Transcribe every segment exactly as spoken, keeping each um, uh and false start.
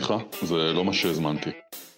סליחה, זה לא מה שהזמנתי.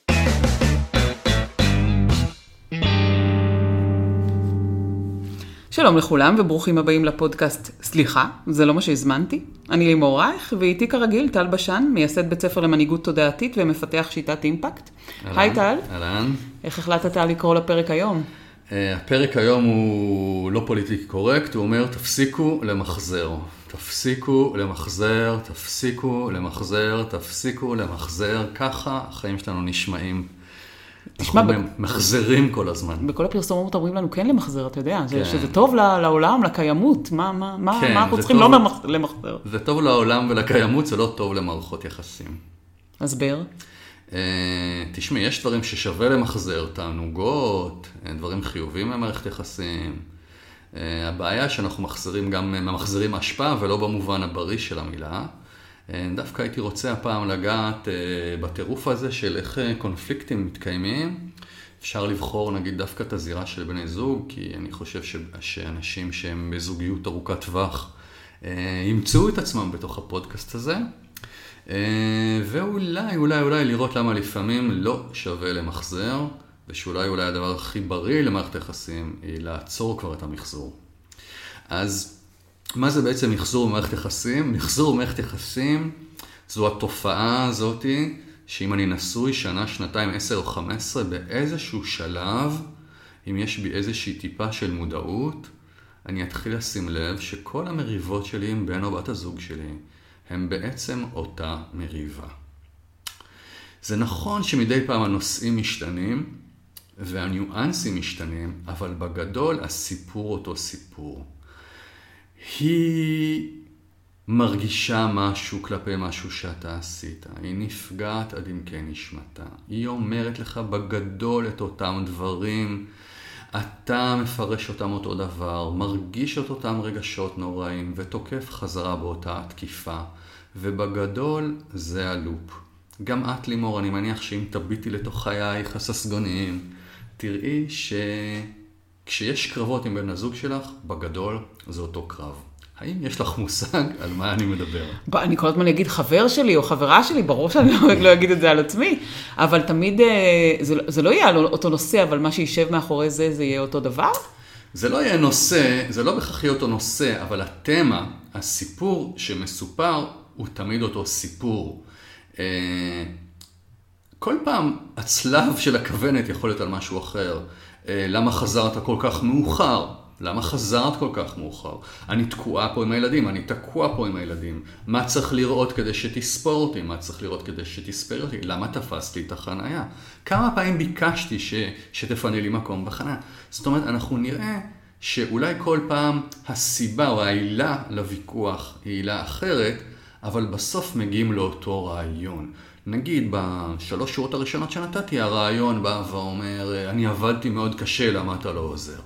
שלום לכולם וברוכים הבאים לפודקאסט סליחה, זה לא מה שהזמנתי. אני לימור רייך ואיתי כרגיל טל בשן, מייסד בית ספר למנהיגות תודעתית ומפתח שיטת אימפקט. היי טל. אהלן. איך החלטת לקרוא לפרק היום? הפרק היום הוא לא פוליטיקלי קורקט, הוא אומר תפסיקו למחזר. תפסיקו למחזר, תפסיקו למחזר, תפסיקו למחזר. ככה החיים שלנו נשמעים. אנחנו מחזרים כל הזמן. בכל הפרסומות אומרים לנו כן למחזר, אתה יודע, שזה טוב לעולם, לקיימות, מה אנחנו צריכים לא למחזר? זה טוב לעולם ולקיימות, זה לא טוב למערכות יחסים. הסבר? תשמעי, יש דברים ששווה למחזר, תענוגות, דברים חיוביים במערכת יחסים. הבעיה שאנחנו מחזרים גם ממחזרים השפעה ולא במובן הבריא של המילה. דווקא הייתי רוצה הפעם לגעת בטירוף הזה של איך קונפליקטים מתקיימים. אפשר לבחור נגיד דווקא את הזירה של בני זוג, כי אני חושב שאנשים שהם בזוגיות ארוכת טווח ימצאו את עצמם בתוך הפודקאסט הזה. ואולי, אולי, אולי לראות למה לפעמים לא שווה למחזר, ושאולי אולי הדבר הכי בריא למערכת היחסים היא לעצור כבר את המחזור. אז מה זה בעצם מחזור במערכת יחסים? מחזור במערכת יחסים זו התופעה הזאת שאם אני נשוי שנה, שנתיים, עשר או חמש עשרה, באיזשהו שלב, אם יש בי איזושהי טיפה של מודעות, אני אתחיל לשים לב שכל המריבות שלי עם בן או בת הזוג שלי, הם בעצם אותה מריבה. זה נכון שמדי פעם הנושאים משתנים, והניואנסים משתנים, אבל בגדול הסיפור אותו סיפור. היא מרגישה משהו כלפי משהו שאתה עשית. היא נפגעת עד אם כן נשמתה. היא אומרת לך בגדול את אותם דברים. אתה מפרש אותם אותו דבר, מרגיש את אותם רגשות נוראים ותוקף חזרה באותה התקיפה. ובגדול זה הלופ. גם את לימור, אני מניח שאם תביטי לתוך חייך הססגוניים, תראי שכשיש קרבות עם בן הזוג שלך, בגדול זה אותו קרב. האם יש לך מושג על מה אני מדבר? אני כל הזמן אגיד חבר שלי או חברה שלי, ברור שאני לא אגיד את זה על עצמי, אבל תמיד זה, זה לא יהיה אותו נושא, אבל מה שישב מאחורי זה, זה יהיה אותו דבר? זה לא יהיה נושא, זה לא בכך יהיה אותו נושא, אבל התמה, הסיפור שמסופר, הוא תמיד אותו סיפור. כל פעם הצלב של הכוונת יכול להיות על משהו אחר. למה חזרת כל כך מאוחר? למה חזרת כל כך מאוחר? אני תקועה פה עם הילדים, אני תקוע פה עם הילדים. מה צריך לראות כדי שתספור אותי? מה צריך לראות כדי שתספר אותי? למה תפסת לי את החנייה? כמה פעמים ביקשתי ש... שתפנה לי מקום בחנייה? זאת אומרת, אנחנו נראה שאולי כל פעם הסיבה או העילה לוויכוח היא עילה אחרת, אבל בסוף מגיעים לאותו רעיון. נגיד בשלוש שורות הראשונות שנתתי, הרעיון בא ואומר, אני עבדתי מאוד קשה, למה אתה לא עוזר?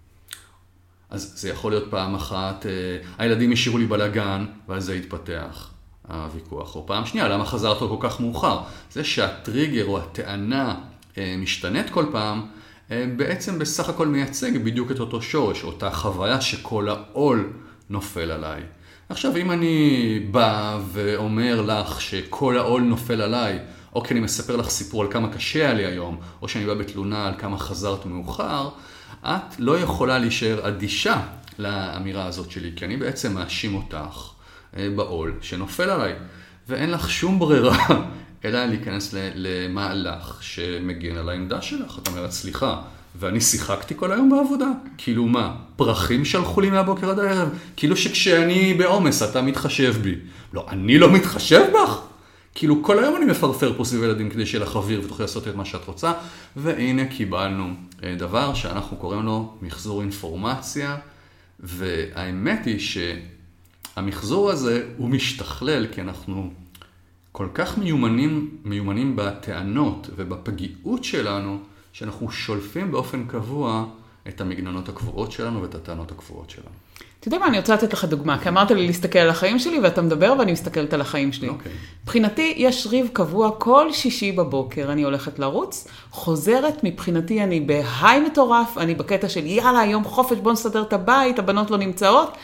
אז זה יכול להיות פעם אחת, הילדים השאירו לי בלגן, ואז זה יתפתח הוויכוח. או פעם שנייה, למה חזרת כל כך מאוחר? זה שהטריגר או הטענה משתנית כל פעם, בעצם בסך הכל מייצג בדיוק את אותו שורש, אותה חוויה שכל העול נופל עליי. עכשיו, אם אני בא ואומר לך שכל העול נופל עליי, או כי אני מספר לך סיפור על כמה קשה היה לי היום, או שאני בא בתלונה על כמה חזרת מאוחר, את לא יכולה להישאר אדישה לאמירה הזאת שלי, כי אני בעצם מאשים אותך בעול שנופל עליי, ואין לך שום ברירה, אלא להיכנס למהלך שמגן על העמדה שלך. את אומרת, סליחה, ואני שיחקתי כל היום בעבודה. כאילו מה? פרחים שלחו לי מהבוקר עד הערב. כאילו שכשאני בעומס אתה מתחשב בי. לא, אני לא מתחשב בך. כאילו כל היום אני מפרפר פה סביב ילדים כדי שיהיה לך אוויר ותוכל לעשות את מה שאת רוצה. והנה קיבלנו דבר שאנחנו קוראים לו מחזור אינפורמציה. והאמת היא שהמחזור הזה הוא משתכלל כי אנחנו כל כך מיומנים, מיומנים בטענות ובפגיעות שלנו, שאנחנו שולפים באופן קבוע את המגננות הקבועות שלנו ואת הטענות הקבועות שלנו. אתה יודע מה, אני רוצה לתת לך דוגמה, כי אמרת לי להסתכל על החיים שלי, ואתה מדבר ואני מסתכלת על החיים שלי. אוקיי. מבחינתי יש ריב קבוע כל שישי בבוקר, אני הולכת לרוץ, חוזרת, מבחינתי אני בהיי מטורף, אני בקטע של יאללה, היום חופש, בוא נסדר את הבית, הבנות לא נמצאות,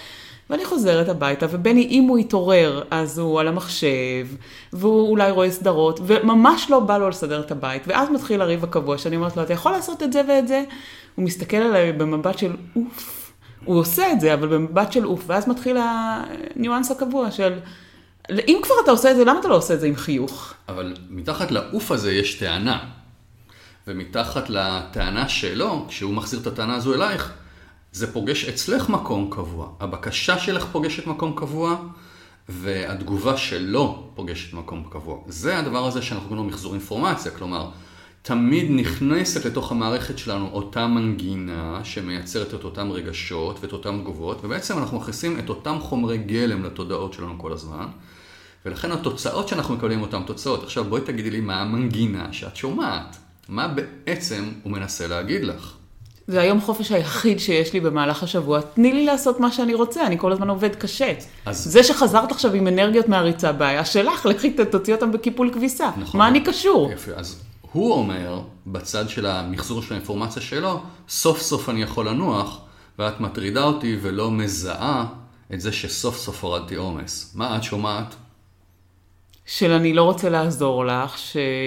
ואני חוזרת הביתה, ובני, אם הוא יתעורר, אז הוא על המחשב, והוא אולי רואה סדרות, וממש לא בא לו לסדר את הבית, ואז מתחיל הריב הקבוע, שאני אומרת לו, אתה יכול לעשות את זה ואת זה? הוא מסתכל עליי במבט של אוף, הוא עושה את זה, אבל במבט של אוף, ואז מתחיל הניואנס הקבוע של, אם כבר אתה עושה את זה, למה אתה לא עושה את זה עם חיוך? אבל מתחת לאוף הזה יש טענה, ומתחת לטענה שלו, כשהוא מחזיר את הטענה הזו אלייך, זה פוגש אצלך מקום קבוע. הבקשה שלך פוגשת מקום קבוע, והתגובה שלו פוגשת מקום קבוע. זה הדבר הזה שאנחנו קוראים לו מחזור אינפורמציה, כלומר, תמיד נכנסת לתוך המערכת שלנו אותה מנגינה שמייצרת את אותם רגשות ואת אותם תגובות, ובעצם אנחנו מכניסים את אותם חומרי גלם לתודעות שלנו כל הזמן, ולכן התוצאות שאנחנו מקבלים אותן תוצאות. עכשיו בואי תגידי לי מה המנגינה שאת שומעת, מה בעצם הוא מנסה להגיד לך. זה היום חופש היחיד שיש לי במהלך השבוע. תני לי לעשות מה שאני רוצה, אני כל הזמן עובד קשה. אז... זה שחזרת עכשיו עם אנרגיות מהריצה, בעיה שלך, לכי תוציא אותם בקיפול כביסה. נכון. מה אני קשור? יפה, אז הוא אומר, בצד של המחזור של האינפורמציה שלו, סוף סוף אני יכול לנוח, ואת מטרידה אותי ולא מזהה את זה שסוף סוף הורדתי עומס. מה את שומעת? של אני לא רוצה לעזור לך,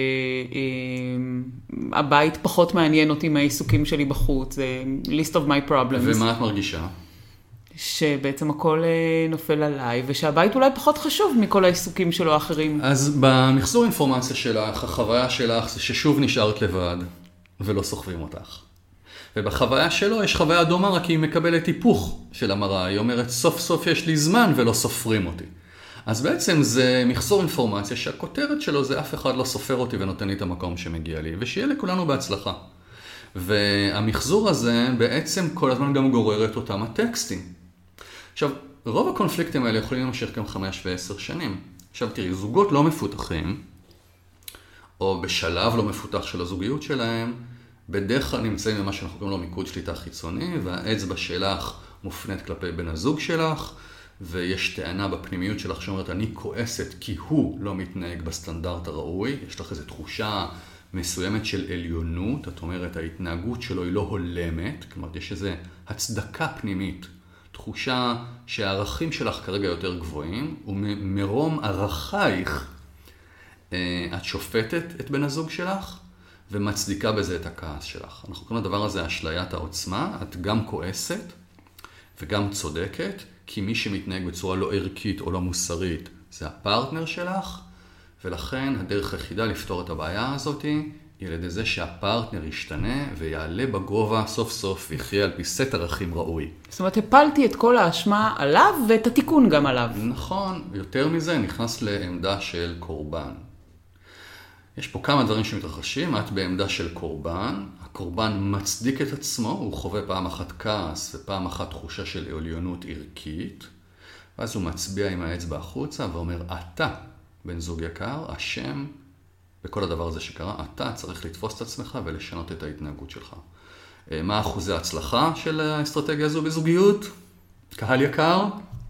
שהבית פחות מעניין אותי מהעיסוקים שלי בחוץ, זה list of my problems. ומה את מרגישה? שבעצם הכל נופל עליי, ושהבית אולי פחות חשוב מכל העיסוקים שלו האחרים. אז במחזור אינפורמציה שלך, החוויה שלך זה ששוב נשארת לבד, ולא סוחבים אותך. ובחוויה שלו יש חוויה דומה, רק היא מקבלת היפוך של המראה. היא אומרת, סוף סוף יש לי זמן ולא סופרים אותי. אז בעצם זה מחזור אינפורמציה שהכותרת שלו זה אף אחד לא סופר אותי ונותן לי את המקום שמגיע לי, ושיהיה לכולנו בהצלחה. והמחזור הזה בעצם כל הזמן גם גורר את אותם הטקסטים. עכשיו, רוב הקונפליקטים האלה יכולים להמשיך גם חמש ועשר שנים. עכשיו תראי, זוגות לא מפותחים, או בשלב לא מפותח של הזוגיות שלהם, בדרך כלל נמצאים במה שאנחנו קוראים לו מיקוד שליטה חיצוני, והאצבע שלך מופנית כלפי בן הזוג שלך, ויש טענה בפנימיות שלך שאומרת, אני כועסת כי הוא לא מתנהג בסטנדרט הראוי, יש לך איזו תחושה מסוימת של עליונות, את אומרת, ההתנהגות שלו היא לא הולמת, כלומר, יש איזו הצדקה פנימית, תחושה שהערכים שלך כרגע יותר גבוהים, ומרום ערכייך, את שופטת את בן הזוג שלך, ומצדיקה בזה את הכעס שלך. אנחנו קוראים לדבר הזה אשליית העוצמה, את גם כועסת וגם צודקת, כי מי שמתנהג בצורה לא ערכית או לא מוסרית, זה הפרטנר שלך, ולכן הדרך היחידה לפתור את הבעיה הזאת היא על ידי זה שהפרטנר ישתנה ויעלה בגובה סוף סוף יחיה על פי סט ערכים ראוי. זאת אומרת, הפלתי את כל האשמה עליו ואת התיקון גם עליו. נכון, יותר מזה נכנס לעמדה של קורבן. יש פה כמה דברים שמתרחשים, את בעמדה של קורבן, הקורבן מצדיק את עצמו, הוא חווה פעם אחת כעס ופעם אחת תחושה של עליונות ערכית, ואז הוא מצביע עם האצבע החוצה ואומר, אתה, בן זוג יקר, אשם בכל הדבר הזה שקרה, אתה צריך לתפוס את עצמך ולשנות את ההתנהגות שלך. מה אחוזי ההצלחה של האסטרטגיה הזו בזוגיות? קהל יקר?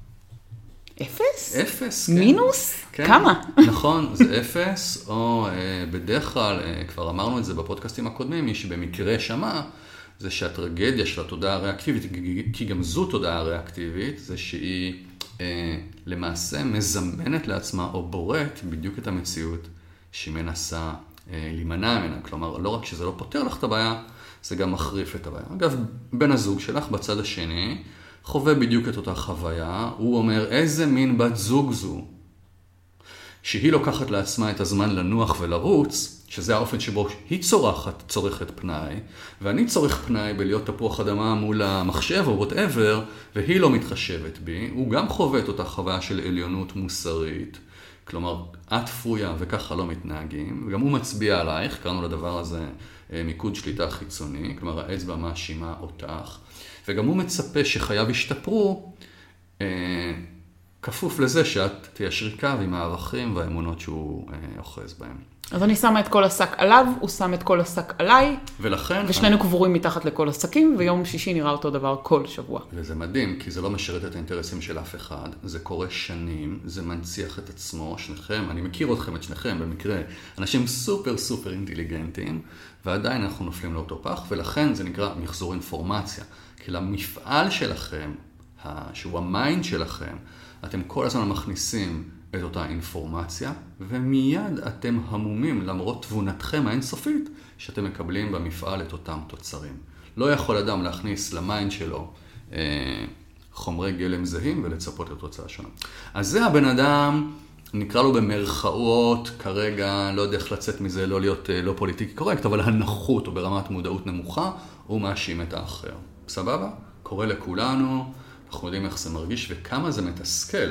אפס? אפס, כן. מינוס? כן. כמה? נכון, זה אפס, או אה, בדרך כלל, אה, כבר אמרנו את זה בפודקאסטים הקודמים, מי שבמקרה שמע, זה שהטרגדיה של התודעה הריאקטיבית, כי גם זו תודעה ריאקטיבית, זה שהיא אה, למעשה מזמנת לעצמה, או בוראת בדיוק את המציאות שהיא מנסה אה, להימנע ממנה. כלומר, לא רק שזה לא פותר לך את הבעיה, זה גם מחריף את הבעיה. אגב, בן הזוג שלך בצד השני, חווה בדיוק את אותה חוויה, הוא אומר, איזה מין בת זוג זו, שהיא לוקחת לעצמה את הזמן לנוח ולרוץ, שזה האופן שבו היא צורחת, צורכת פנאי, ואני צורך פנאי בלהיות תפוח אדמה מול המחשב או whatever, והיא לא מתחשבת בי, הוא גם חווה את אותה חוויה של עליונות מוסרית, כלומר, את פויה וככה לא מתנהגים, וגם הוא מצביע עלייך, קראנו לדבר הזה מיקוד שליטה חיצוני, כלומר, האצבע מאשימה אותך, וגם הוא מצפה שחייו ישתפרו, אה, כפוף לזה שאת תיישרי קו עם הערכים והאמונות שהוא אה, אוחז בהם. אז אני שמה את כל השק עליו, הוא שם את כל השק עליי, ולכן, ושנינו אני... קבורים מתחת לכל השקים, ויום שישי נראה אותו דבר כל שבוע. וזה מדהים, כי זה לא משרת את האינטרסים של אף אחד, זה קורה שנים, זה מנציח את עצמו, שניכם, אני מכיר אתכם, את שניכם, במקרה, אנשים סופר סופר אינטליגנטים, ועדיין אנחנו נופלים לאותו פח, ולכן זה נקרא מחזור אינפורמציה. כי למפעל שלכם, שהוא המיינד שלכם, אתם כל הזמן מכניסים את אותה אינפורמציה, ומיד אתם המומים, למרות תבונתכם האינסופית, שאתם מקבלים במפעל את אותם תוצרים. לא יכול אדם להכניס למיינד שלו אה, חומרי גלם זהים ולצפות לתוצאה שונה. אז זה הבן אדם, נקרא לו במרכאות, כרגע לא יודע איך לצאת מזה, לא להיות לא פוליטיקי קורקט, אבל הנחות או ברמת מודעות נמוכה, הוא מאשים את האחר. סבבה? קורה לכולנו, אנחנו יודעים איך זה מרגיש וכמה זה מתסכל.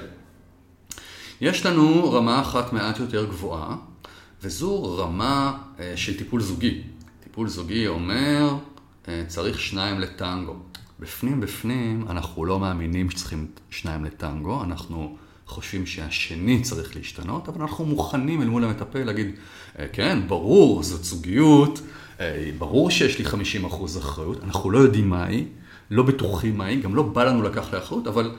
יש לנו רמה אחת מעט יותר גבוהה, וזו רמה של טיפול זוגי. טיפול זוגי אומר, צריך שניים לטנגו. בפנים בפנים אנחנו לא מאמינים שצריכים שניים לטנגו, אנחנו חושבים שהשני צריך להשתנות, אבל אנחנו מוכנים אל מול המטפל להגיד, כן, ברור, זאת זוגיות, ברור שיש לי חמישים אחוז אחריות, אנחנו לא יודעים מה היא, לא בטוחים מה היא, גם לא בא לנו לקח לאחריות, אבל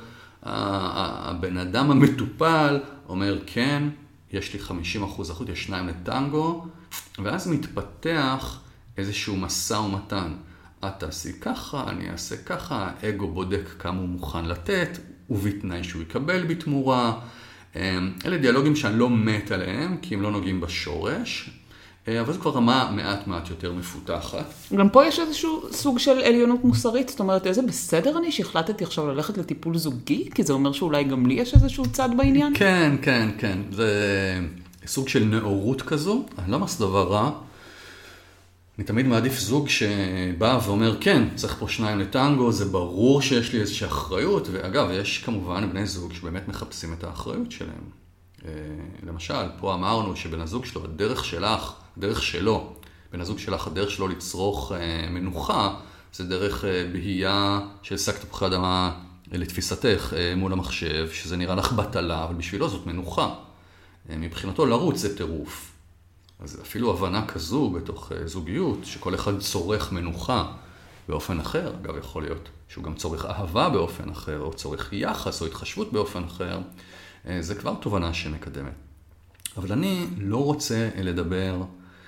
הבן אדם המטופל אומר, כן, יש לי חמישים אחוז אחריות, יש שניים לטנגו, ואז מתפתח איזשהו מסע ומתן. את תעשי ככה, אני אעשה ככה, האגו בודק כמה הוא מוכן לתת, ובתנאי שהוא יקבל בתמורה. אלה דיאלוגים שאני לא מת עליהם, כי הם לא נוגעים בשורש, אבל זו כבר רמה מעט מעט יותר מפותחת. גם פה יש איזשהו סוג של עליונות מוסרית, זאת אומרת, איזה בסדר אני שהחלטתי עכשיו ללכת לטיפול זוגי, כי זה אומר שאולי גם לי יש איזשהו צד בעניין? כן, כן, כן. זה סוג של נאורות כזו, אני לא מס דבר רע. אני תמיד מעדיף זוג שבא ואומר, כן, צריך פה שניים לטנגו, זה ברור שיש לי איזושהי אחריות, ואגב, יש כמובן בני זוג שבאמת מחפשים את האחריות שלהם. למשל, פה אמרנו שבן הזוג שלו, הדרך שלך, הדרך שלו, בן הזוג שלך, הדרך שלו לצרוך מנוחה, זה דרך בהייה של שק תפוחי אדמה לתפיסתך מול המחשב, שזה נראה לך בטלה, אבל בשבילו זאת מנוחה. מבחינתו לרוץ זה טירוף. אז אפילו הבנה כזו בתוך זוגיות, שכל אחד צורך מנוחה באופן אחר, אגב יכול להיות שהוא גם צורך אהבה באופן אחר, או צורך יחס או התחשבות באופן אחר, זה כבר תובנה שמקדמת. אבל אני לא רוצה לדבר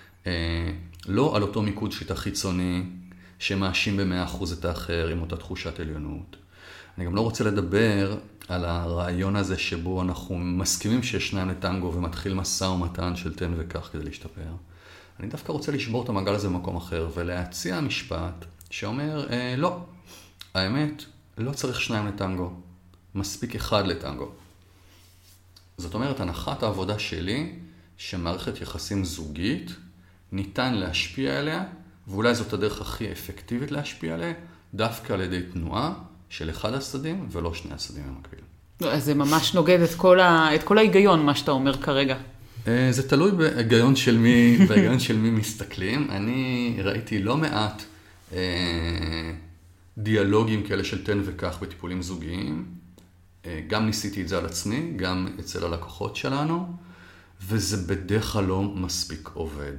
לא על אותו מיקוד שיטה חיצוני, שמאשים ב-מאה אחוז את האחר עם אותה תחושת עליונות. אני גם לא רוצה לדבר על הרעיון הזה שבו אנחנו מסכימים שיש שניים לטנגו ומתחיל מסע ומתן של תן וכך כדי להשתפר. אני דווקא רוצה לשבור את המעגל הזה במקום אחר ולהציע משפט שאומר, אה, לא, האמת, לא צריך שניים לטנגו, מספיק אחד לטנגו. זאת אומרת, הנחת העבודה שלי, שמערכת יחסים זוגית, ניתן להשפיע עליה, ואולי זאת הדרך הכי אפקטיבית להשפיע עליה, דווקא על ידי תנועה, של אחד הצדדים ולא שני הצדדים במקביל. אז זה ממש נוגד את כל, ה... את כל ההיגיון, מה שאתה אומר כרגע. זה תלוי בהיגיון של מי, בהיגיון של מי מסתכלים. אני ראיתי לא מעט דיאלוגים כאלה של תן וכך בטיפולים זוגיים. גם ניסיתי את זה על עצמי, גם אצל הלקוחות שלנו, וזה בדרך כלל לא מספיק עובד.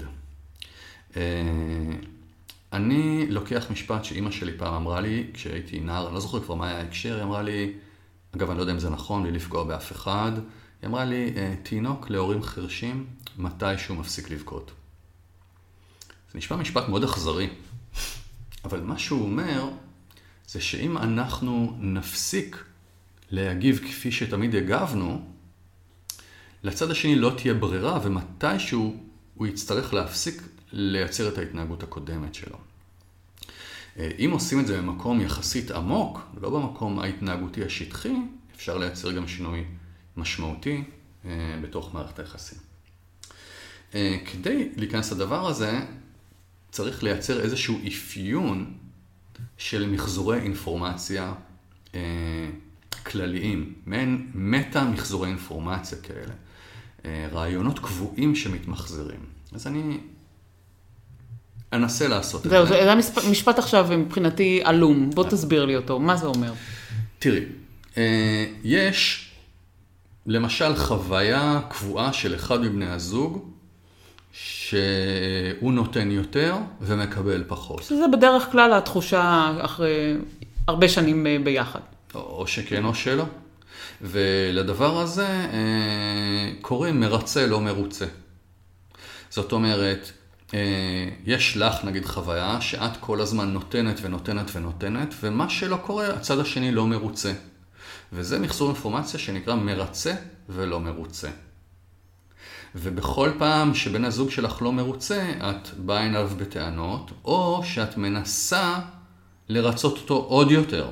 אני לוקח משפט שאמא שלי פעם אמרה לי, כשהייתי נער, אני לא זוכר כבר מה היה ההקשר, היא אמרה לי, אגב, אני לא יודע אם זה נכון, בלי לפגוע באף אחד, היא אמרה לי, תינוק להורים חרשים, מתי שהוא מפסיק לבכות. זה נשמע משפט מאוד אכזרי, אבל מה שהוא אומר, זה שאם אנחנו נפסיק להגיב כפי שתמיד הגבנו, לצד השני לא תהיה ברירה, ומתי שהוא הוא יצטרך להפסיק לייצר את ההתנהגות הקודמת שלו. אם עושים את זה במקום יחסית עמוק, ולא במקום ההתנהגותי השטחי, אפשר לייצר גם שינוי משמעותי בתוך מערכת היחסים. כדי להיכנס לדבר הזה, צריך לייצר איזשהו אפיון של מחזורי אינפורמציה כלליים, מעין מטה מחזורי אינפורמציה כאלה, רעיונות קבועים שמתמחזרים. אז אני אנסה לעשות את זה. זהו, זה המשפט עכשיו מבחינתי עלום. בוא תסביר לי אותו. מה זה אומר? תראי, יש למשל חוויה קבועה של אחד מבני הזוג, שהוא נותן יותר ומקבל פחות. זה בדרך כלל התחושה אחרי הרבה שנים ביחד. או שכן או שלא. ולדבר הזה קוראים מרצה לא מרוצה. זאת אומרת, יש לך נגיד חוויה שאת כל הזמן נותנת ונותנת ונותנת, ומה שלא קורה, הצד השני לא מרוצה. וזה מחזור אינפורמציה שנקרא מרצה ולא מרוצה. ובכל פעם שבן הזוג שלך לא מרוצה, את באה אליו בטענות, או שאת מנסה לרצות אותו עוד יותר.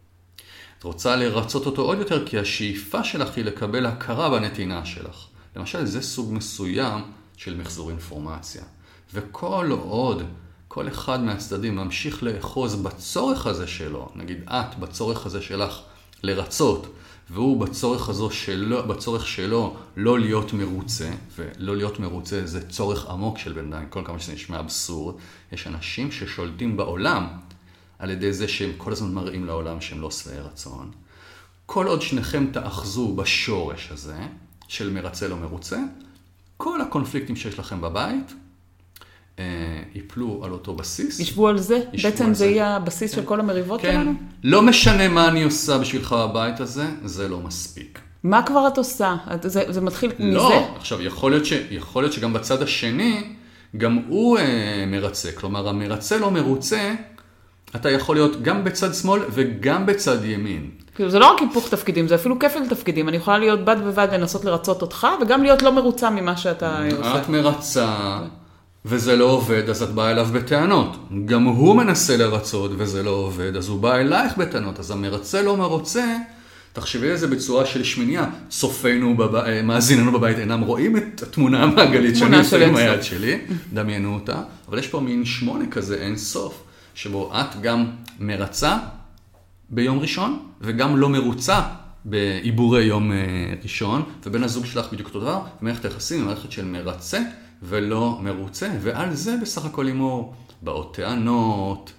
את רוצה לרצות אותו עוד יותר כי השאיפה שלך היא לקבל הכרה בנתינה שלך. למשל, זה סוג מסוים של מחזור אינפורמציה. וכל עוד כל אחד מהצדדים ממשיך לאחוז בצורך הזה שלו, נגיד את בצורך הזה שלך לרצות, והוא בצורך, הזו שלו, בצורך שלו לא להיות מרוצה, ולא להיות מרוצה זה צורך עמוק של בן אדם, כל כמה שזה נשמע אבסורד. יש אנשים ששולטים בעולם על ידי זה שהם כל הזמן מראים לעולם שהם לא שבעי רצון. כל עוד שניכם תאחזו בשורש הזה של מרצה לא מרוצה, כל הקונפליקטים שיש לכם בבית אה, ייפלו על אותו בסיס. ישבו על זה? ישבו בעצם על זה יהיה הבסיס כן. של כל המריבות כן. שלנו? לא משנה מה אני עושה בשבילך בבית הזה, זה לא מספיק. מה כבר את עושה? זה, זה מתחיל לא, מזה? לא, עכשיו יכול להיות, ש, יכול להיות שגם בצד השני, גם הוא אה, מרצה. כלומר, המרצה לא מרוצה, אתה יכול להיות גם בצד שמאל וגם בצד ימין. כאילו, זה לא רק היפוך תפקידים, זה אפילו כפל תפקידים. אני יכולה להיות בד בבד לנסות לרצות אותך, וגם להיות לא מרוצה ממה שאתה עושה. את מרצה, וזה לא עובד, אז את באה אליו בטענות. גם הוא מנסה לרצות, וזה לא עובד, אז הוא בא אלייך בטענות. אז המרצה לא מרוצה, תחשבי על זה בצורה של שמיניה. צופינו, בב... מאזיננו בבית אינם רואים את התמונה המעגלית שאני עושה עם היד שלי, דמיינו אותה, אבל יש פה מין שמונה כזה אין סוף, שבו את גם מרצה ביום ראשון, וגם לא מרוצה בעיבורי יום ראשון, ובין הזוג שלך בדיוק אותו דבר, ומערכת היחסים היא מערכת של מרצה ולא מרוצה, ועל זה בסך הכל לימור באות טענות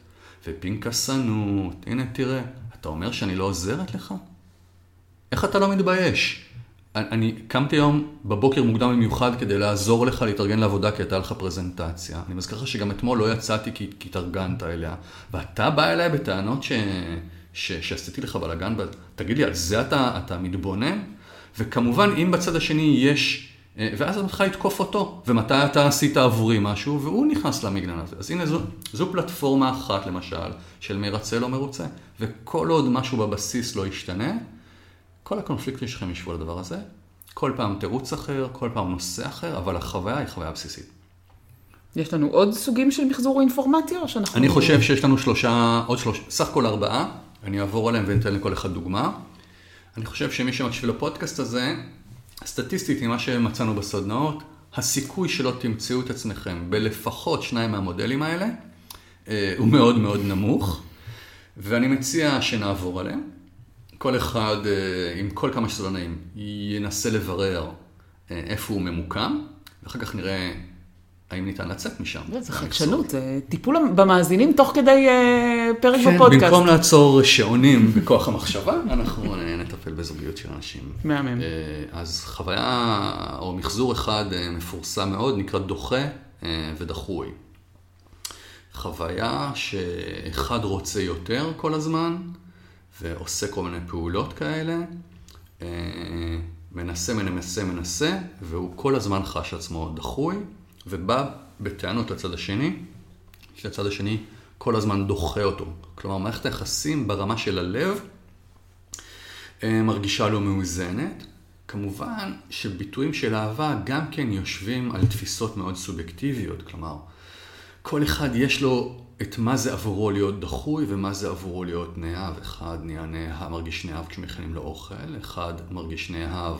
ופנקסנות. הנה תראה, אתה אומר שאני לא עוזרת לך? איך אתה לא מתבייש? אני קמתי היום בבוקר מוקדם במיוחד כדי לעזור לך להתארגן לעבודה, כי הייתה לך פרזנטציה. אני מזכיר לך שגם אתמול לא יצאתי כי, כי התארגנת אליה. ואתה בא אליי בטענות ש, ש, שעשיתי לך בלגן, תגיד לי, על זה אתה, אתה מתבונן? וכמובן, אם בצד השני יש, ואז אתה מתחיל לתקוף אותו, ומתי אתה עשית עבורי משהו, והוא נכנס למגנן הזה. אז הנה, זו, זו פלטפורמה אחת, למשל, של מרצה לא מרוצה. וכל עוד משהו בבסיס לא ישתנה, כל הקונפליקטים שלכם ישבו על הדבר הזה, כל פעם תירוץ אחר, כל פעם נושא אחר, אבל החוויה היא חוויה בסיסית. יש לנו עוד סוגים של מחזור אינפורמציה, או שאנחנו... אני חושב שיש לנו שלושה, עוד שלושה, סך כל ארבעה, אני אעבור עליהם וניתן לכל אחד דוגמה. אני חושב שמי שמקשיב לפודקאסט הזה, סטטיסטית ממה שמצאנו בסדנאות, הסיכוי שלא תמצאו את עצמכם בלפחות שניים מהמודלים האלה, הוא מאוד מאוד נמוך, ואני מציע שנעבור עליהם. כל אחד, עם כל כמה שזה לא נעים, ינסה לברר איפה הוא ממוקם, ואחר כך נראה האם ניתן לצאת משם. זה חדשנות, זה טיפול במאזינים תוך כדי פרק בפודקאסט. במקום לעצור שעונים בכוח המחשבה, אנחנו נטפל בזוגיות של אנשים. מהמם. אז חוויה או מחזור אחד מפורסם מאוד, נקרא דוחה ודחוי. חוויה שאחד רוצה יותר כל הזמן, ועושה כל מיני פעולות כאלה, מנסה, מנסה, מנסה, והוא כל הזמן חש עצמו דחוי, ובא בטענות לצד השני, שהצד השני כל הזמן דוחה אותו. כלומר, מערכת היחסים ברמה של הלב מרגישה לא מאוזנת. כמובן שביטויים של אהבה גם כן יושבים על תפיסות מאוד סובייקטיביות, כלומר, כל אחד יש לו את מה זה עבורו להיות דחוי ומה זה עבורו להיות נאהב. אחד נהיה נאהב, מרגיש נאהב כשמכינים לו אוכל, אחד מרגיש נאהב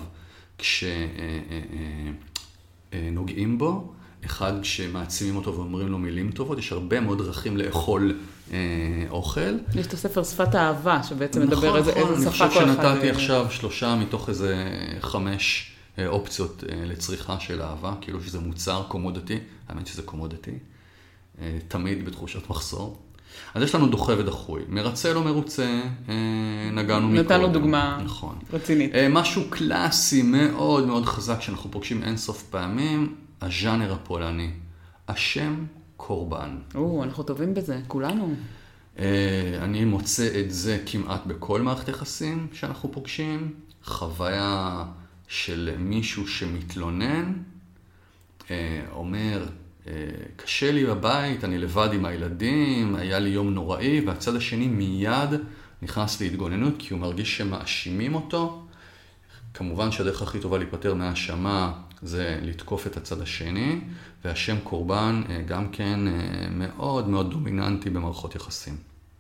כשנוגעים בו, אחד כשמעצימים אותו ואומרים לו מילים טובות. יש הרבה מאוד דרכים לאכול אה, אוכל. יש את הספר שפת האהבה, שבעצם מדבר נכון, איזה, נכון, איזה שפה כל אחד. אני חושב שנתתי עכשיו שלושה מתוך איזה חמש אה, אופציות אה, לצריכה של אהבה, כאילו שזה מוצר קומודיטי, האמת שזה קומודיטי. תמיד בתחושת מחסור. אז יש לנו דוחה ודחוי. מרצה לא מרוצה, נגענו מקודם. נתנו דוגמה נכון. רצינית. משהו קלאסי מאוד מאוד חזק שאנחנו פוגשים אינסוף פעמים, הז'אנר הפולני. השם קורבן. או, אנחנו טובים בזה, כולנו. אני מוצא את זה כמעט בכל מערכת יחסים שאנחנו פוגשים. חוויה של מישהו שמתלונן, אומר, קשה לי בבית, אני לבד עם הילדים, היה לי יום נוראי, והצד השני מיד נכנס להתגוננות כי הוא מרגיש שמאשימים אותו. כמובן שהדרך הכי טובה להיפטר מהאשמה זה לתקוף את הצד השני, והשם קורבן גם כן מאוד מאוד דומיננטי במערכות יחסים.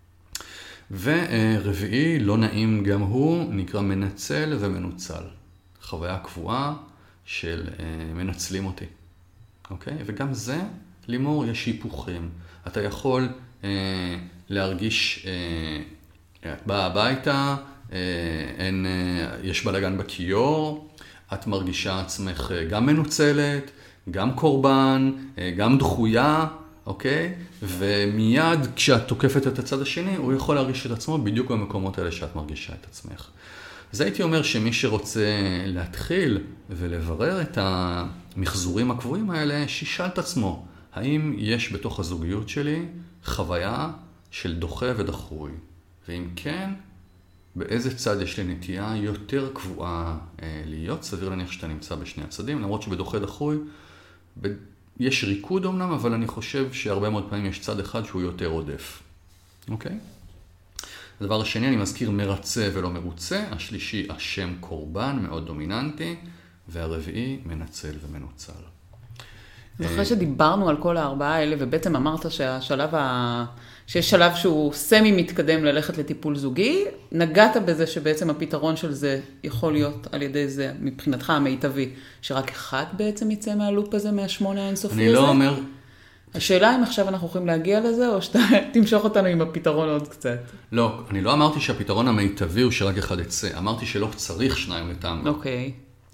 ורביעי, לא נעים גם הוא, נקרא מנצל ומנוצל. חוויה קבועה של מנצלים אותי. אוקיי? וגם זה, לימור, יש היפוכים. אתה יכול אה, להרגיש, אה, את באה הביתה, אה, אין, אה, יש בלגן בכיור, את מרגישה עצמך גם מנוצלת, גם קורבן, אה, גם דחויה, אוקיי? ומיד כשאת תוקפת את הצד השני, הוא יכול להרגיש את עצמו בדיוק במקומות האלה שאת מרגישה את עצמך. אז הייתי אומר שמי שרוצה להתחיל ולברר את המחזורים הקבועים האלה, שישאל את עצמו, האם יש בתוך הזוגיות שלי חוויה של דוחה ודחוי? ואם כן, באיזה צד יש לי נטייה יותר קבועה אה, להיות? סביר להניח שאתה נמצא בשני הצדים, למרות שבדוחה דחוי ב... יש ריקוד אומנם, אבל אני חושב שהרבה מאוד פעמים יש צד אחד שהוא יותר עודף. אוקיי? הדבר השני, אני מזכיר מרצה ולא מרוצה. השלישי, השם קורבן, מאוד דומיננטי. והרביעי, מנצל ומנוצל. אחרי שדיברנו על כל הארבעה האלה, ובעצם אמרת שהשלב ה... שיש שלב שהוא סמי מתקדם ללכת לטיפול זוגי, נגעת בזה שבעצם הפתרון של זה יכול להיות על ידי זה, מבחינתך המיטבי, שרק אחד בעצם יצא מהלופ הזה, מהשמונה האינסופי הזה? אני לא אומר... השאלה אם עכשיו אנחנו יכולים להגיע לזה, או שאתה תמשוך אותנו עם הפתרון עוד קצת. לא, אני לא אמרתי שהפתרון המיטבי הוא שרק אחד יצא, אמרתי שלא צריך שניים לטעם. אוקיי.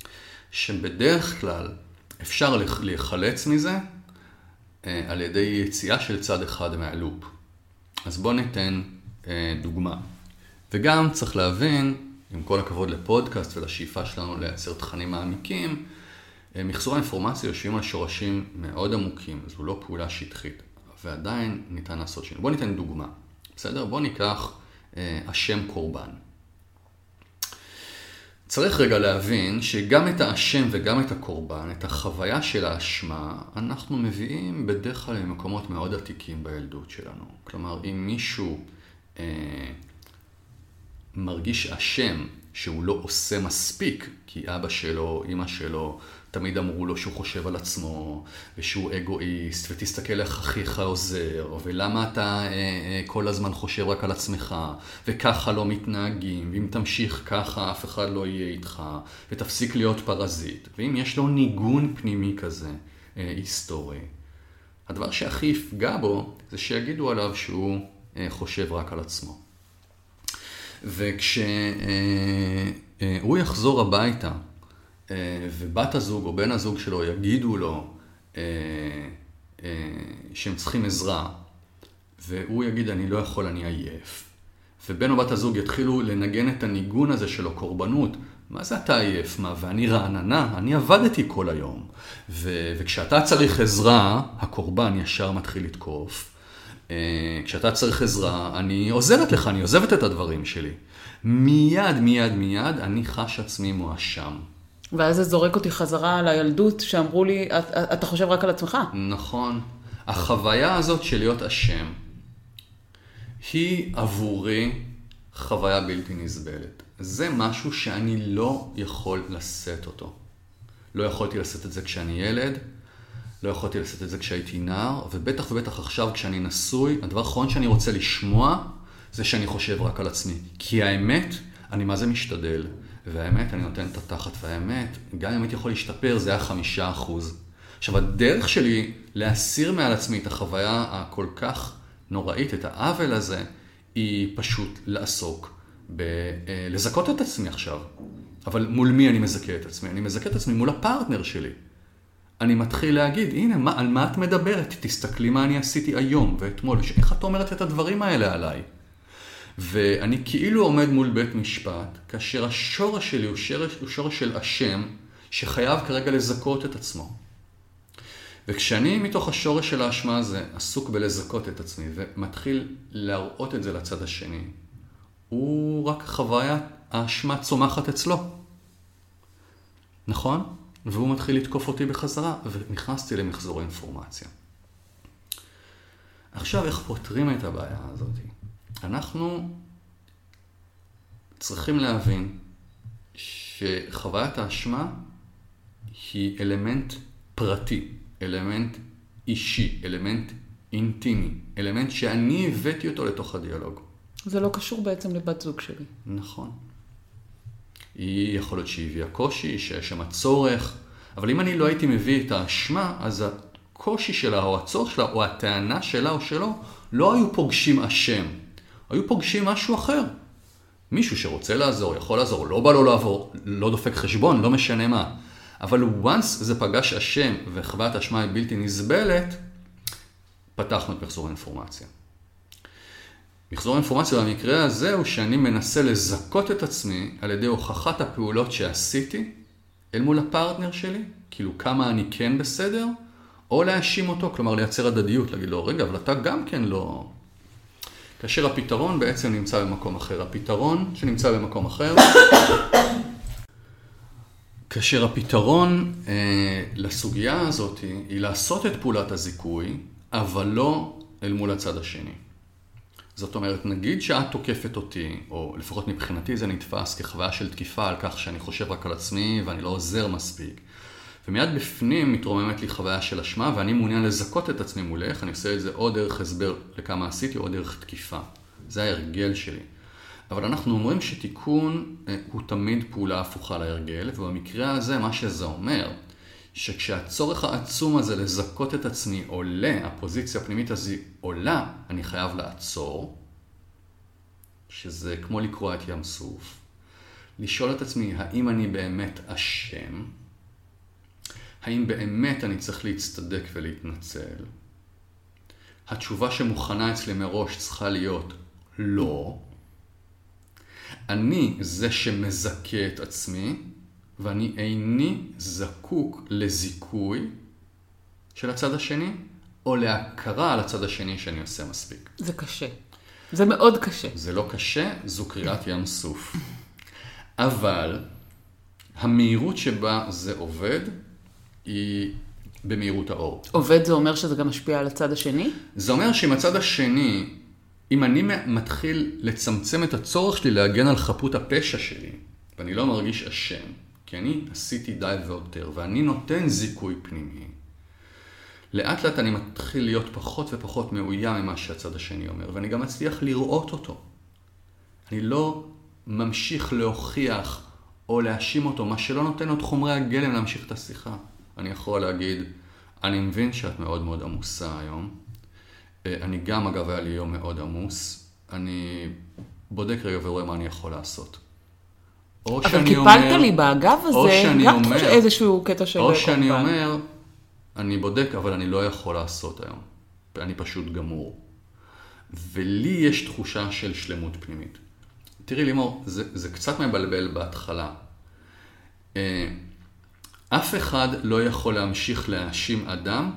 שבדרך כלל אפשר להיחלץ מזה אה, על ידי יציאה של צד אחד מהלופ. אז בוא ניתן אה, דוגמה. וגם צריך להבין, עם כל הכבוד לפודקאסט ולשאיפה שלנו לייצר תכנים מעמיקים, אה, מחזור האינפורמציה יושבים על שורשים מאוד עמוקים, זו לא פעולה שטחית, ועדיין ניתן לעשות שינוי. בוא ניתן דוגמה, בסדר? בוא ניקח אה, השם קורבן. צריך רגע להבין שגם את האשם וגם את הקורבן, את החוויה של האשמה, אנחנו מביאים בדרך כלל למקומות מאוד עתיקים בילדות שלנו. כלומר, אם מישהו אה, מרגיש אשם שהוא לא עושה מספיק, כי אבא שלו, אמא שלו, תמיד אמרו לו שהוא חושב על עצמו, ושהוא אגואיסט, ותסתכל איך אחיך עוזר, ולמה אתה אה, אה, כל הזמן חושב רק על עצמך, וככה לא מתנהגים, ואם תמשיך ככה אף אחד לא יהיה איתך, ותפסיק להיות פרזיט. ואם יש לו ניגון פנימי כזה, אה, היסטורי, הדבר שהכי יפגע בו, זה שיגידו עליו שהוא אה, חושב רק על עצמו. וכשהוא אה, אה, יחזור הביתה, ובת הזוג או בן הזוג שלו יגידו לו אה, אה, שהם צריכים עזרה, והוא יגיד אני לא יכול, אני עייף. ובן או בת הזוג יתחילו לנגן את הניגון הזה שלו, קורבנות. מה זה אתה עייף? מה? ואני רעננה? אני עבדתי כל היום. ו- וכשאתה צריך עזרה, הקורבן ישר מתחיל לתקוף. אה, כשאתה צריך עזרה, אני עוזרת לך, אני עוזבת את הדברים שלי. מיד, מיד, מיד, אני חש עצמי מואשם. ואז זה זורק אותי חזרה לילדות שאמרו לי, אתה חושב רק על עצמך. נכון. החוויה הזאת של להיות אשם, היא עבורי חוויה בלתי נסבלת. זה משהו שאני לא יכול לשאת אותו. לא יכולתי לשאת את זה כשאני ילד, לא יכולתי לשאת את זה כשהייתי נער, ובטח ובטח עכשיו כשאני נשוי, הדבר האחרון שאני רוצה לשמוע, זה שאני חושב רק על עצמי. כי האמת, אני מה זה משתדל. והאמת, אני נותן את התחת, והאמת, גם אם הייתי יכול להשתפר, זה היה חמישה אחוז. עכשיו, הדרך שלי להסיר מעל עצמי את החוויה הכל כך נוראית, את העוול הזה, היא פשוט לעסוק, ב- לזכות את עצמי עכשיו. אבל מול מי אני מזכה את עצמי? אני מזכה את עצמי מול הפרטנר שלי. אני מתחיל להגיד, הנה, מה, על מה את מדברת? תסתכלי מה אני עשיתי היום ואתמול, איך את אומרת את הדברים האלה עליי? ואני כאילו עומד מול בית משפט, כאשר השורש שלי הוא שורש, הוא שורש של אשם, שחייב כרגע לזכות את עצמו. וכשאני מתוך השורש של האשמה הזה, עסוק בלזכות את עצמי, ומתחיל להראות את זה לצד השני, הוא רק חוויית האשמה צומחת אצלו. נכון? והוא מתחיל לתקוף אותי בחזרה, ונכנסתי למחזור האינפורמציה. עכשיו, איך פותרים את הבעיה הזאת? אנחנו צריכים להבין שחוויית האשמה היא אלמנט פרטי, אלמנט אישי, אלמנט אינטימי, אלמנט שאני הבאתי אותו לתוך הדיאלוג. זה לא קשור בעצם לבת זוג שלי. נכון. היא יכול להיות שהיא הביאה קושי, שיש שם צורך, אבל אם אני לא הייתי מביא את האשמה, אז הקושי שלה או הצורך שלה או הטענה שלה או שלו לא היו פוגשים אשם, היו פוגשים משהו אחר. מישהו שרוצה לעזור, יכול לעזור, לא בא לו לעבור, לא דופק חשבון, לא משנה מה. אבל once זה פגש אשם וחוויית האשמה היא בלתי נסבלת, פתחנו את מחזור האינפורמציה. מחזור האינפורמציה במקרה הזה הוא שאני מנסה לזכות את עצמי על ידי הוכחת הפעולות שעשיתי אל מול הפרטנר שלי, כאילו כמה אני כן בסדר, או להאשים אותו, כלומר לייצר הדדיות, להגיד לו, רגע, אבל אתה גם כן לא... כאשר הפתרון בעצם נמצא במקום אחר. הפתרון שנמצא במקום אחר, כאשר הפתרון אה, לסוגיה הזאת היא לעשות את פעולת הזיכוי, אבל לא אל מול הצד השני. זאת אומרת, נגיד שאת תוקפת אותי, או לפחות מבחינתי זה נתפס כחוויה של תקיפה על כך שאני חושב רק על עצמי ואני לא עוזר מספיק. ומיד בפנים מתרוממת לי חוויה של אשמה ואני מעוניין לזכות את עצמי מולך, אני עושה את זה או דרך הסבר לכמה עשיתי או דרך תקיפה. זה ההרגל שלי. אבל אנחנו אומרים שתיקון הוא תמיד פעולה הפוכה להרגל, ובמקרה הזה מה שזה אומר, שכשהצורך העצום הזה לזכות את עצמי עולה, הפוזיציה הפנימית הזו עולה, אני חייב לעצור, שזה כמו לקרוא את ים סוף, לשאול את עצמי האם אני באמת אשם, האם באמת אני צריך להצטדק ולהתנצל. התשובה שמוכנה אצלי מראש צריכה להיות לא. אני זה שמזכה את עצמי, ואני איני זקוק לזיכוי של הצד השני, או להכרה על הצד השני שאני עושה מספיק. זה קשה. זה מאוד קשה. זה לא קשה, זו קריאת ים סוף. אבל המהירות שבה זה עובד, היא במהירות האור. עובד זה אומר שזה גם משפיע על הצד השני? זה אומר שאם הצד השני, אם אני מתחיל לצמצם את הצורך שלי להגן על חפות הפשע שלי, ואני לא מרגיש אשם, כי אני עשיתי די ויותר, ואני נותן זיכוי פנימי, לאט לאט אני מתחיל להיות פחות ופחות מאוים ממה שהצד השני אומר, ואני גם מצליח לראות אותו. אני לא ממשיך להוכיח או להאשים אותו, מה שלא נותן עוד חומרי הגלם להמשיך את השיחה. אני יכול להגיד, אני מבין שאת מאוד מאוד עמוסה היום. אני גם, אגב, היה לי יום מאוד עמוס. אני בודק רגע ורואה מה אני יכול לעשות. אבל קיפלת אומר, לי באגב הזה, גם אומר, איזשהו קטע של... או שאני אומר, אני בודק, אבל אני לא יכול לעשות היום. אני פשוט גמור. ולי יש תחושה של שלמות פנימית. תראי לימור, זה, זה קצת מבלבל בהתחלה. אף אחד לא יכול להמשיך להאשים אדם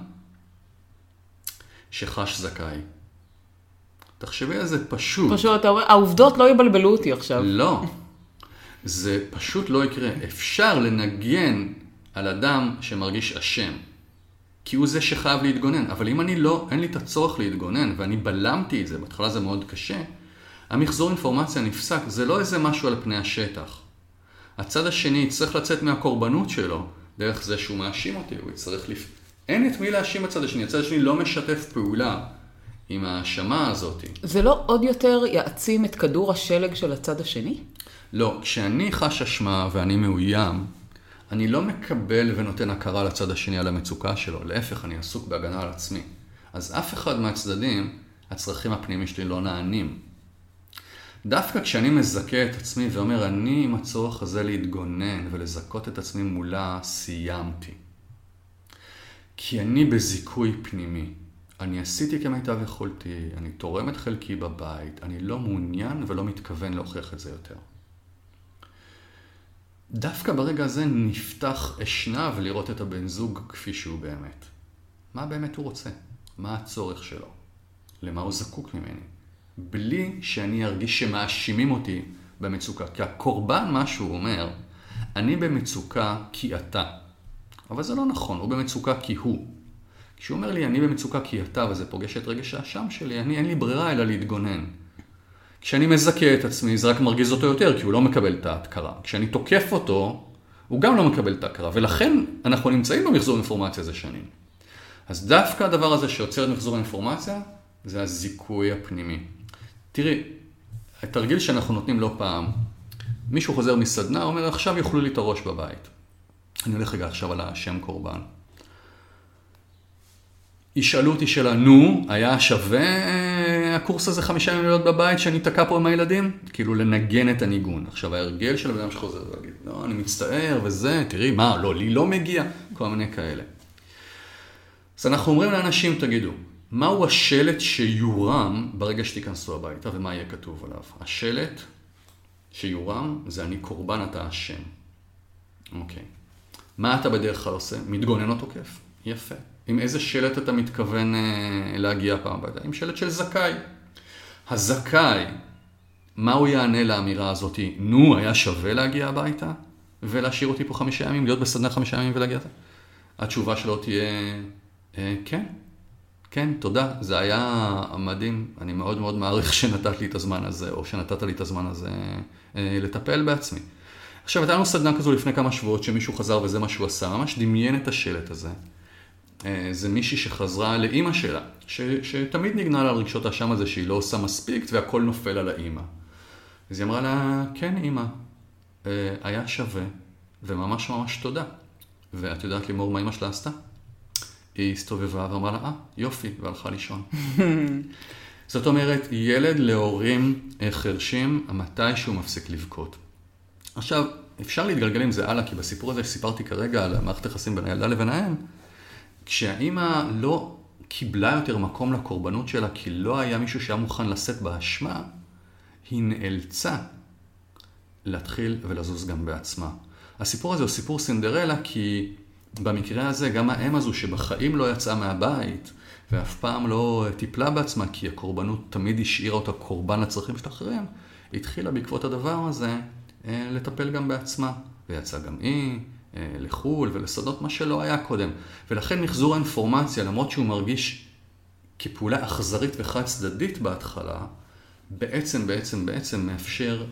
שחש זכאי. תחשבי על זה פשוט. פשוט, העובדות לא יבלבלו אותי עכשיו. לא. זה פשוט לא יקרה. אפשר לנגן על אדם שמרגיש אשם, כי הוא זה שחייב להתגונן. אבל אם אני לא, אין לי את הצורך להתגונן, ואני בלמתי את זה, בהתחלה זה מאוד קשה, המחזור אינפורמציה נפסק. זה לא איזה משהו על פני השטח. הצד השני צריך לצאת מהקורבנות שלו, דרך זה שהוא מאשים אותי, הוא יצטרך לפ... אין את מי להאשים הצד השני, הצד השני לא משתף פעולה עם האשמה הזאת. זה לא עוד יותר יעצים את כדור השלג של הצד השני? לא, כשאני חש אשמה ואני מאוים, אני לא מקבל ונותן הכרה לצד השני על המצוקה שלו, להפך, אני עסוק בהגנה על עצמי. אז אף אחד מהצדדים, הצרכים הפנימיים שלי לא נענים. דווקא כשאני מזכה את עצמי ואומר, אני עם הצורך הזה להתגונן ולזכות את עצמי מולה, סיימתי. כי אני בזיכוי פנימי. אני עשיתי כמיטב יכולתי, אני תורם את חלקי בבית, אני לא מעוניין ולא מתכוון להוכיח את זה יותר. דווקא ברגע הזה נפתח אשנב לראות את הבן זוג כפי שהוא באמת. מה באמת הוא רוצה? מה הצורך שלו? למה הוא זקוק ממני? בלי שאני ארגיש שמאשימים אותי במצוקה. כי הקורבן, מה שהוא אומר, אני במצוקה כי אתה. אבל זה לא נכון, הוא במצוקה כי הוא. כשהוא אומר לי, אני במצוקה כי אתה, וזה פוגש את רגש האשם שלי, אני אין לי ברירה אלא להתגונן. כשאני מזכה את עצמי, זה רק מרגיז אותו יותר, כי הוא לא מקבל את ההכרה. כשאני תוקף אותו, הוא גם לא מקבל את ההכרה, ולכן אנחנו נמצאים במחזור אינפורמציה זה שנים. אז דווקא הדבר הזה שיוצר את מחזור האינפורמציה, זה הזיכוי הפנימי. תראי, התרגיל שאנחנו נותנים לא פעם, מישהו חוזר מסדנה, אומר, עכשיו יאכלו לי את הראש בבית. אני הולך רגע עכשיו על השם קורבן. ישאלו אותי שאלה, נו, היה שווה הקורס הזה חמישה ימים להיות בבית שאני תקע פה עם הילדים? כאילו לנגן את הניגון. עכשיו ההרגל של הבן שחוזר ולהגיד, לא, אני מצטער וזה, תראי, מה, לא, לי לא מגיע, כל מיני כאלה. אז אנחנו אומרים לאנשים, תגידו, מהו השלט שיורם ברגע שתיכנסו הביתה ומה יהיה כתוב עליו? השלט שיורם זה אני קורבן, אתה אשם. אוקיי. מה אתה בדרך כלל עושה? מתגונן או תוקף. יפה. עם איזה שלט אתה מתכוון אה, להגיע פעם הביתה? עם שלט של זכאי. הזכאי, מה הוא יענה לאמירה הזאת? נו, היה שווה להגיע הביתה? ולהשאיר אותי פה חמישה ימים, להיות בסדנה חמישה ימים ולהגיע? התשובה שלו תהיה, אה, כן. כן, תודה. זה היה מדהים. אני מאוד מאוד מעריך שנתת לי את הזמן הזה, או שנתת לי את הזמן הזה אה, לטפל בעצמי. עכשיו, הייתה לנו סדנה כזו לפני כמה שבועות שמישהו חזר וזה מה שהוא עשה, ממש דמיין את השלט הזה. זה מישהי שחזרה לאמא שלה, ש, שתמיד נגנה לה על רגשות האשם הזה שהיא לא עושה מספיק והכל נופל על האמא. אז היא אמרה לה, כן אמא, היה שווה וממש ממש תודה. ואת יודעת לימור מה אמא שלה עשתה? היא הסתובבה ואמרה לה, אה, יופי, והלכה לישון. זאת אומרת, ילד להורים חרשים, מתי שהוא מפסיק לבכות. עכשיו, אפשר להתגלגל עם זה הלאה, כי בסיפור הזה שסיפרתי כרגע על מערכת היחסים בין הילדה לבין האם, כשהאמא לא קיבלה יותר מקום לקורבנות שלה, כי לא היה מישהו שהיה מוכן לשאת באשמה, היא נאלצה להתחיל ולזוז גם בעצמה. הסיפור הזה הוא סיפור סינדרלה, כי במקרה הזה גם האם הזו שבחיים לא יצאה מהבית, ואף פעם לא טיפלה בעצמה, כי הקורבנות תמיד השאירה אותה קורבן לצרכים של אחרים, התחילה בעקבות הדבר הזה לטפל גם בעצמה, ויצאה גם היא לחול ולסדות מה שלא היה קודם. ולכן מחזור האינפורמציה, למרות שהוא מרגיש כפעולה אכזרית וחד צדדית בהתחלה, בעצם, בעצם, בעצם מאפשר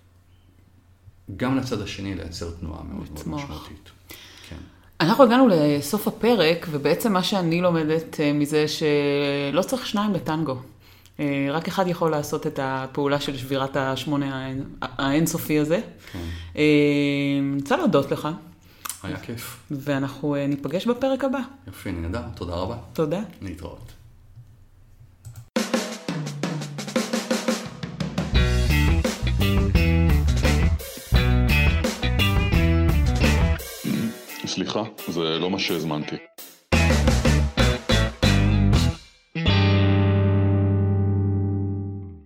גם לצד השני לייצר תנועה מאוד מאוד משמעותית. כן. אנחנו הגענו לסוף הפרק, ובעצם מה שאני לומדת מזה שלא צריך שניים לטנגו. רק אחד יכול לעשות את הפעולה של שבירת השמונה האינסופי הזה. כן. רוצה להודות לך. היה כיף. ואנחנו ניפגש בפרק הבא. יופי, נהדר. תודה רבה. תודה. להתראות. סליחה, זה לא מה שהזמנתי.